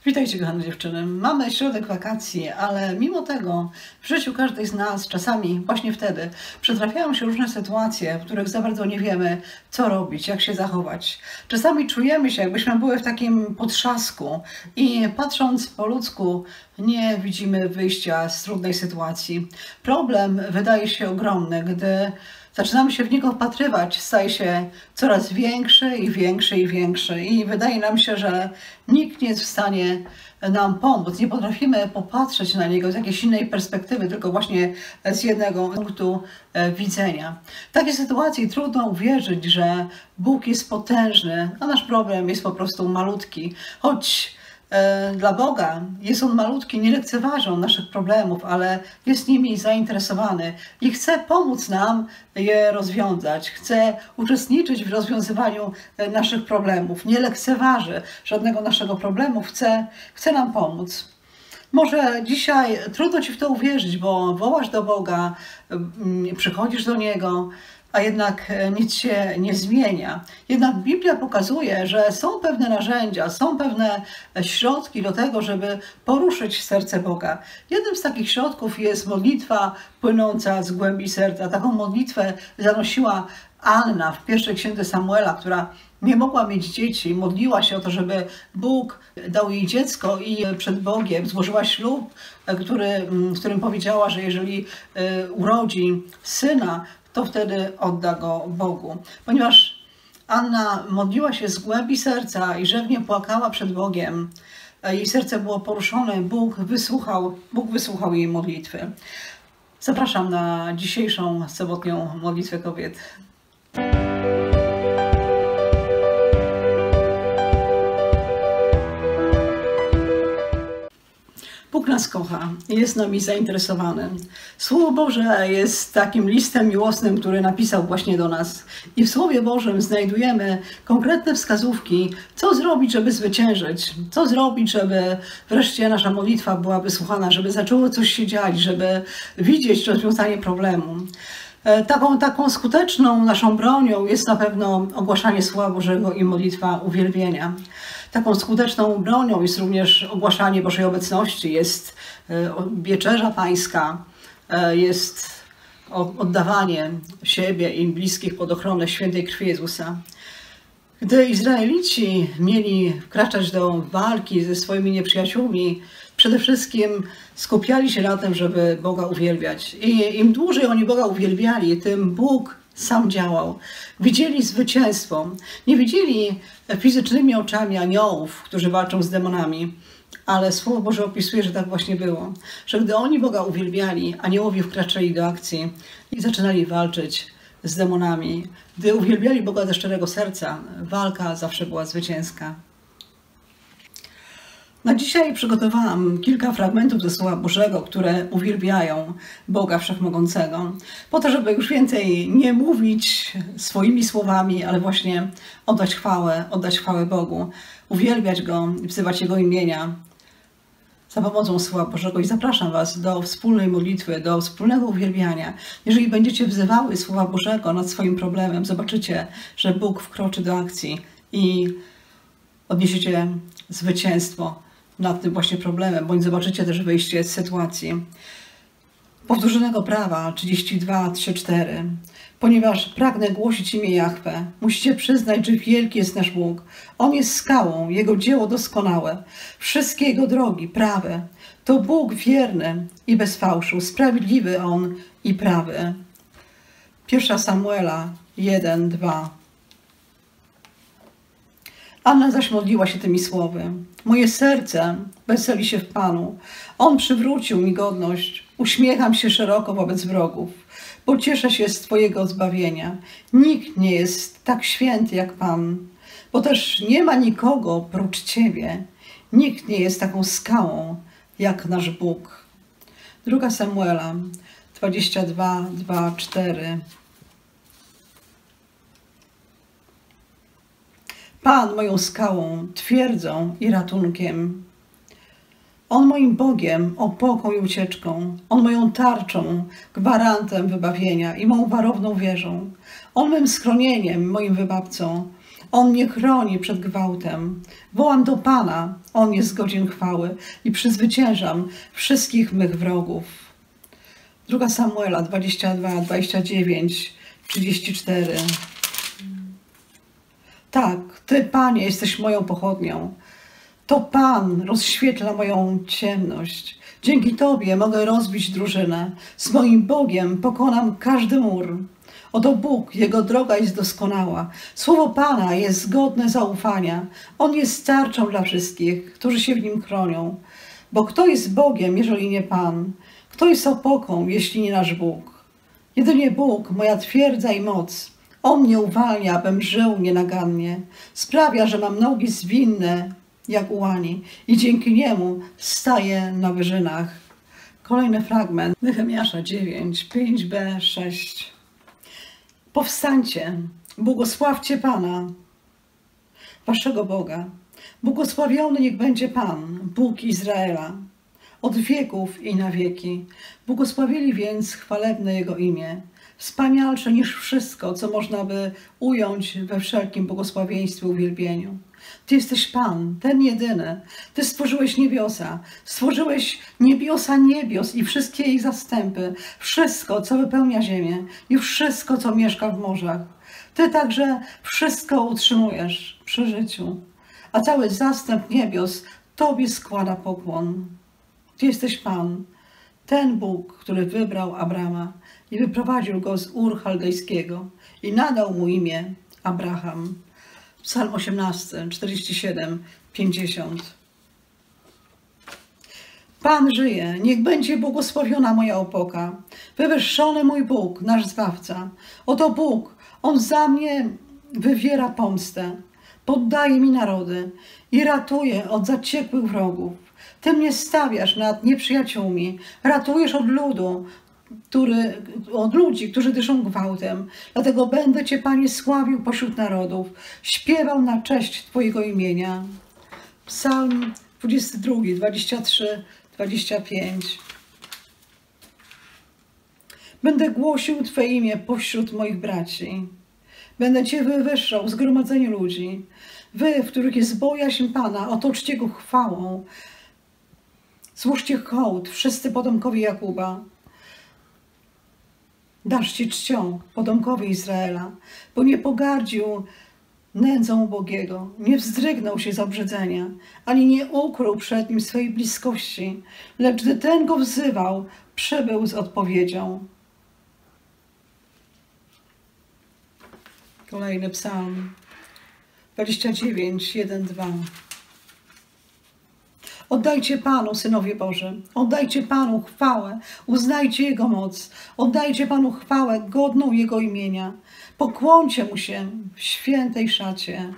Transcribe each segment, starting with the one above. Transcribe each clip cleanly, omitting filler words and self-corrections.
Witajcie, kochane dziewczyny. Mamy środek wakacji, ale mimo tego w życiu każdej z nas czasami właśnie wtedy przytrafiają się różne sytuacje, w których za bardzo nie wiemy, co robić, jak się zachować. Czasami czujemy się, jakbyśmy były w takim potrzasku i patrząc po ludzku nie widzimy wyjścia z trudnej sytuacji. Problem wydaje się ogromny, gdy zaczynamy się w niego wpatrywać, staje się coraz większy i większy i większy i wydaje nam się, że nikt nie jest w stanie nam pomóc. Nie potrafimy popatrzeć na niego z jakiejś innej perspektywy, tylko właśnie z jednego punktu widzenia. W takiej sytuacji trudno uwierzyć, że Bóg jest potężny, a nasz problem jest po prostu malutki. Choć dla Boga jest On malutki, nie lekceważy On naszych problemów, ale jest nimi zainteresowany i chce pomóc nam je rozwiązać. Chce uczestniczyć w rozwiązywaniu naszych problemów. Nie lekceważy żadnego naszego problemu, chce nam pomóc. Może dzisiaj trudno Ci w to uwierzyć, bo wołasz do Boga, przychodzisz do Niego, a jednak nic się nie zmienia. Jednak Biblia pokazuje, że są pewne narzędzia, są pewne środki do tego, żeby poruszyć serce Boga. Jednym z takich środków jest modlitwa płynąca z głębi serca. Taką modlitwę zanosiła Anna w pierwszej księdze Samuela, która nie mogła mieć dzieci, modliła się o to, żeby Bóg dał jej dziecko i przed Bogiem złożyła ślub, w którym powiedziała, że jeżeli urodzi syna, to wtedy odda go Bogu. Ponieważ Anna modliła się z głębi serca i rzewnie płakała przed Bogiem, jej serce było poruszone, Bóg wysłuchał jej modlitwy. Zapraszam na dzisiejszą sobotnią modlitwę kobiet. Bóg nas kocha i jest nami zainteresowany. Słowo Boże jest takim listem miłosnym, który napisał właśnie do nas. I w Słowie Bożym znajdujemy konkretne wskazówki, co zrobić, żeby zwyciężyć, co zrobić, żeby wreszcie nasza modlitwa była wysłuchana, żeby zaczęło coś się dziać, żeby widzieć rozwiązanie problemu. Taką skuteczną naszą bronią jest na pewno ogłaszanie Słowa Bożego i modlitwa uwielbienia. Taką skuteczną bronią jest również ogłaszanie Bożej obecności, jest wieczerza pańska, jest oddawanie siebie i bliskich pod ochronę świętej krwi Jezusa. Gdy Izraelici mieli wkraczać do walki ze swoimi nieprzyjaciółmi, przede wszystkim skupiali się na tym, żeby Boga uwielbiać. I im dłużej oni Boga uwielbiali, tym Bóg sam działał. Widzieli zwycięstwo. Nie widzieli fizycznymi oczami aniołów, którzy walczą z demonami, ale Słowo Boże opisuje, że tak właśnie było. Że gdy oni Boga uwielbiali, aniołowie wkraczali do akcji i zaczynali walczyć z demonami. Gdy uwielbiali Boga ze szczerego serca, walka zawsze była zwycięska. Na dzisiaj przygotowałam kilka fragmentów ze Słowa Bożego, które uwielbiają Boga Wszechmogącego, po to, żeby już więcej nie mówić swoimi słowami, ale właśnie oddać chwałę Bogu, uwielbiać Go, wzywać Jego imienia za pomocą Słowa Bożego i zapraszam Was do wspólnej modlitwy, do wspólnego uwielbiania. Jeżeli będziecie wzywały Słowa Bożego nad swoim problemem, zobaczycie, że Bóg wkroczy do akcji i odniesiecie zwycięstwo nad tym właśnie problemem, bądź zobaczycie też wyjście z sytuacji. Powtórzonego prawa 32:3-4. Ponieważ pragnę głosić imię Jahwe, musicie przyznać, że wielki jest nasz Bóg. On jest skałą, Jego dzieło doskonałe, wszystkie Jego drogi prawe. To Bóg wierny i bez fałszu, sprawiedliwy On i prawy. 1 Samuela 1:2. Anna zaś modliła się tymi słowy. Moje serce weseli się w Panu. On przywrócił mi godność. Uśmiecham się szeroko wobec wrogów, bo cieszę się z Twojego zbawienia. Nikt nie jest tak święty jak Pan, bo też nie ma nikogo prócz Ciebie. Nikt nie jest taką skałą jak nasz Bóg. 2 Samuela 22:2-4. Pan moją skałą, twierdzą i ratunkiem. On moim Bogiem, opoką i ucieczką. On moją tarczą, gwarantem wybawienia i mą warowną wieżą. On mym schronieniem, moim wybawcą. On mnie chroni przed gwałtem. Wołam do Pana, On jest godzien chwały i przezwyciężam wszystkich mych wrogów. 2 Samuela 22, 29, 34. Tak, Ty, Panie, jesteś moją pochodnią. To Pan rozświetla moją ciemność. Dzięki Tobie mogę rozbić drużynę. Z moim Bogiem pokonam każdy mur. Oto Bóg, Jego droga jest doskonała. Słowo Pana jest godne zaufania. On jest tarczą dla wszystkich, którzy się w Nim chronią. Bo kto jest Bogiem, jeżeli nie Pan? Kto jest opoką, jeśli nie nasz Bóg? Jedynie Bóg, moja twierdza i moc. On mnie uwalnia, abym żył nienagannie. Sprawia, że mam nogi zwinne jak u łani i dzięki Niemu staję na wyżynach. Kolejny fragment. Nehemiasza 9, 5b, 6. Powstańcie, błogosławcie Pana, waszego Boga. Błogosławiony niech będzie Pan, Bóg Izraela, od wieków i na wieki. Błogosławili więc chwalebne Jego imię, wspanialsze niż wszystko, co można by ująć we wszelkim błogosławieństwie i uwielbieniu. Ty jesteś Pan, ten jedyny. Ty stworzyłeś niebiosa, stworzyłeś niebiosa niebios i wszystkie ich zastępy, wszystko, co wypełnia ziemię i wszystko, co mieszka w morzach. Ty także wszystko utrzymujesz przy życiu, a cały zastęp niebios Tobie składa pokłon. Ty jesteś Pan, ten Bóg, który wybrał Abrama i wyprowadził go z Ur Chaldejskiego i nadał mu imię Abraham. Psalm 18, 47, 50. Pan żyje, niech będzie błogosławiona moja opoka, wywyższony mój Bóg, nasz Zbawca. Oto Bóg, On za mnie wywiera pomstę, poddaje mi narody i ratuje od zaciekłych wrogów. Ty mnie stawiasz nad nieprzyjaciółmi, ratujesz od ludzi, którzy dyszą gwałtem. Dlatego będę Cię, Panie, sławił pośród narodów, śpiewał na cześć Twojego imienia. Psalm 22, 23, 25. Będę głosił Twe imię pośród moich braci. Będę Cię wywyższał w zgromadzeniu ludzi. Wy, w których jest bojaźń Pana, otoczcie Go chwałą. Złóżcie hołd, wszyscy potomkowie Jakuba. Daszcie czcią potomkowie Izraela, bo nie pogardził nędzą ubogiego, nie wzdrygnął się z obrzydzenia, ani nie ukrył przed nim swej bliskości, lecz gdy ten go wzywał, przybył z odpowiedzią. Kolejny psalm, 29, 1, 2. Oddajcie Panu, synowie Boży, oddajcie Panu chwałę, uznajcie Jego moc, oddajcie Panu chwałę godną Jego imienia. Pokłońcie Mu się w świętej szacie.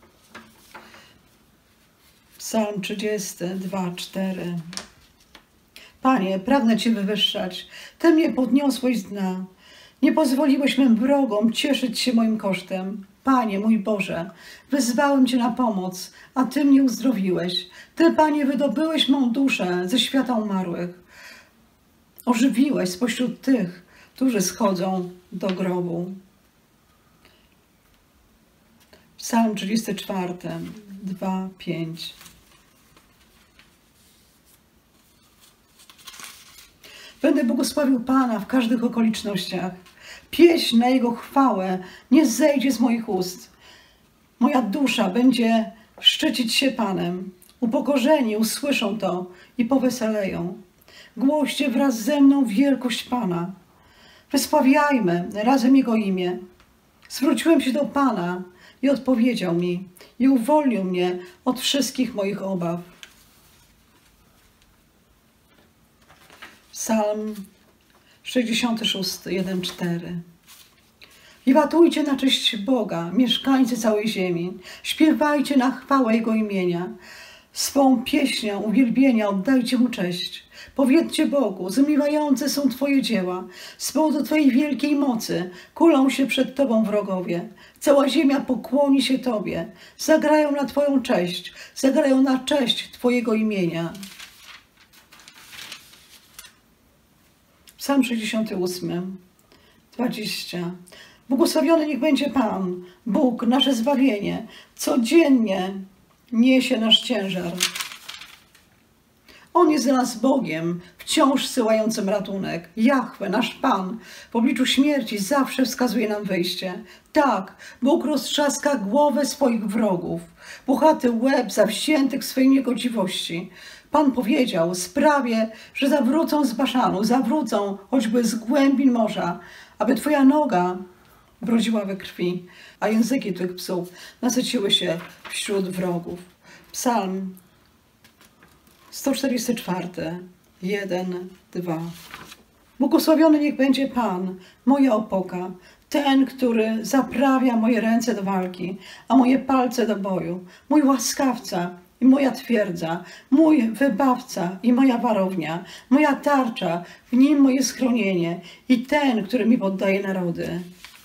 Psalm 32, 4. Panie, pragnę Cię wywyższać, Ty mnie podniosłeś z dna. Nie pozwoliłeś mym wrogom cieszyć się moim kosztem. Panie, mój Boże, wezwałem Cię na pomoc, a Ty mnie uzdrowiłeś. Ty, Panie, wydobyłeś mą duszę ze świata umarłych. Ożywiłeś spośród tych, którzy schodzą do grobu. Psalm 34, 2, 5. Będę błogosławił Pana w każdych okolicznościach. Pieśń na Jego chwałę nie zejdzie z moich ust. Moja dusza będzie szczycić się Panem. Upokorzeni usłyszą to i poweseleją. Głoście wraz ze mną wielkość Pana. Wysławiajmy razem Jego imię. Zwróciłem się do Pana i odpowiedział mi i uwolnił mnie od wszystkich moich obaw. Psalm 66, 1, 4. Wiwatujcie na cześć Boga, mieszkańcy całej ziemi. Śpiewajcie na chwałę Jego imienia. Swą pieśnią uwielbienia oddajcie Mu cześć. Powiedzcie Bogu, zmywające są Twoje dzieła. Z powodu Twojej wielkiej mocy kulą się przed Tobą wrogowie. Cała ziemia pokłoni się Tobie. Zagrają na Twoją cześć. Zagrają na cześć Twojego imienia. Psalm 68, 20. Błogosławiony niech będzie Pan, Bóg, nasze zbawienie, codziennie niesie nasz ciężar. On jest dla nas Bogiem, wciąż zsyłającym ratunek. Jahwe, nasz Pan, w obliczu śmierci zawsze wskazuje nam wyjście. Tak, Bóg roztrzaska głowę swoich wrogów, puchaty łeb zawziętych w swojej niegodziwości. Pan powiedział, sprawię, że zawrócą z Baszanu, zawrócą choćby z głębin morza, aby Twoja noga brodziła we krwi, a języki tych psów nasyciły się wśród wrogów. Psalm 144, 1, 2. Błogosławiony niech będzie Pan, moja opoka, ten, który zaprawia moje ręce do walki, a moje palce do boju, mój łaskawca i moja twierdza, mój wybawca i moja warownia, moja tarcza, w nim moje schronienie i ten, który mi poddaje narody.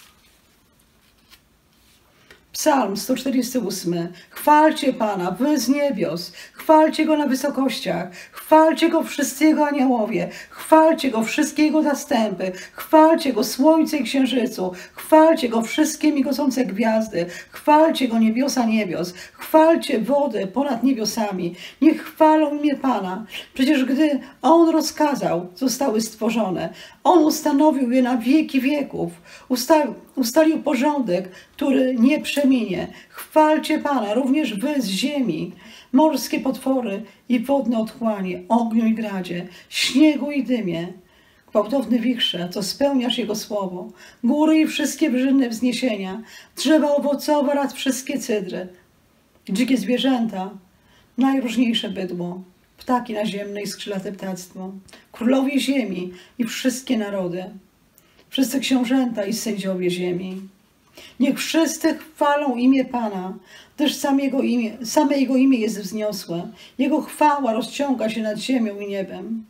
Psalm 148. Chwalcie Pana, wy z niebios, chwalcie Go na wysokościach, chwalcie Go wszyscy Jego aniołowie, chwalcie Go wszystkie Jego zastępy, chwalcie Go słońce i księżycu, chwalcie Go wszystkie migocące gwiazdy, chwalcie Go niebiosa niebios, chwalcie wody ponad niebiosami, niech chwalą imię Pana. Przecież gdy On rozkazał, zostały stworzone. On ustanowił je na wieki wieków, ustalił porządek, który nie przeminie. Chwalcie Pana, również wy z ziemi, morskie potwory i wodne otchłanie, ogniu i gradzie, śniegu i dymie, gwałtowny wichrze, co spełniasz Jego słowo, góry i wszystkie wyżyny wzniesienia, drzewa owocowe oraz wszystkie cydry, dzikie zwierzęta, najróżniejsze bydło, ptaki naziemne i skrzydlate ptactwo, królowie ziemi i wszystkie narody, wszyscy książęta i sędziowie ziemi. Niech wszyscy chwalą imię Pana, gdyż same Jego imię jest wzniosłe. Jego chwała rozciąga się nad ziemią i niebem.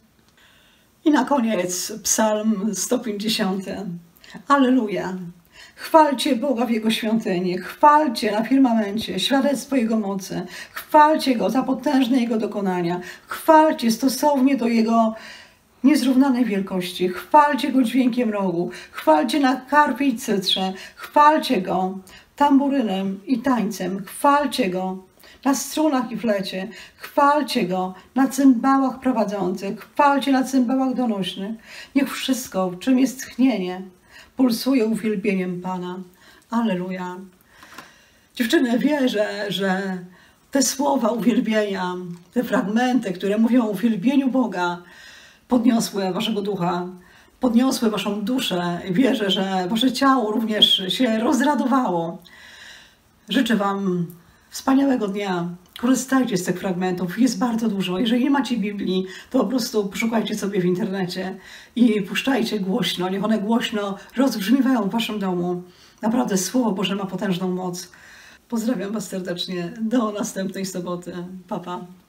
I na koniec psalm 150. Alleluja! Chwalcie Boga w Jego świątyni, chwalcie na firmamencie świadectwo Jego mocy, chwalcie Go za potężne Jego dokonania, chwalcie stosownie do Jego niezrównanej wielkości, chwalcie Go dźwiękiem rogu, chwalcie na karpie i cytrze, chwalcie Go tamburynem i tańcem, chwalcie Go na strunach i flecie, chwalcie Go na cymbałach prowadzących, chwalcie na cymbałach donośnych. Niech wszystko, w czym jest tchnienie, pulsuje uwielbieniem Pana. Alleluja. Dziewczyny, wierzę, że te słowa uwielbienia, te fragmenty, które mówią o uwielbieniu Boga, podniosły waszego ducha, podniosły waszą duszę. Wierzę, że wasze ciało również się rozradowało. Życzę wam wspaniałego dnia. Korzystajcie z tych fragmentów. Jest bardzo dużo. Jeżeli nie macie Biblii, to po prostu poszukajcie sobie w internecie i puszczajcie głośno. Niech one głośno rozbrzmiewają w waszym domu. Naprawdę Słowo Boże ma potężną moc. Pozdrawiam was serdecznie. Do następnej soboty. Pa, pa.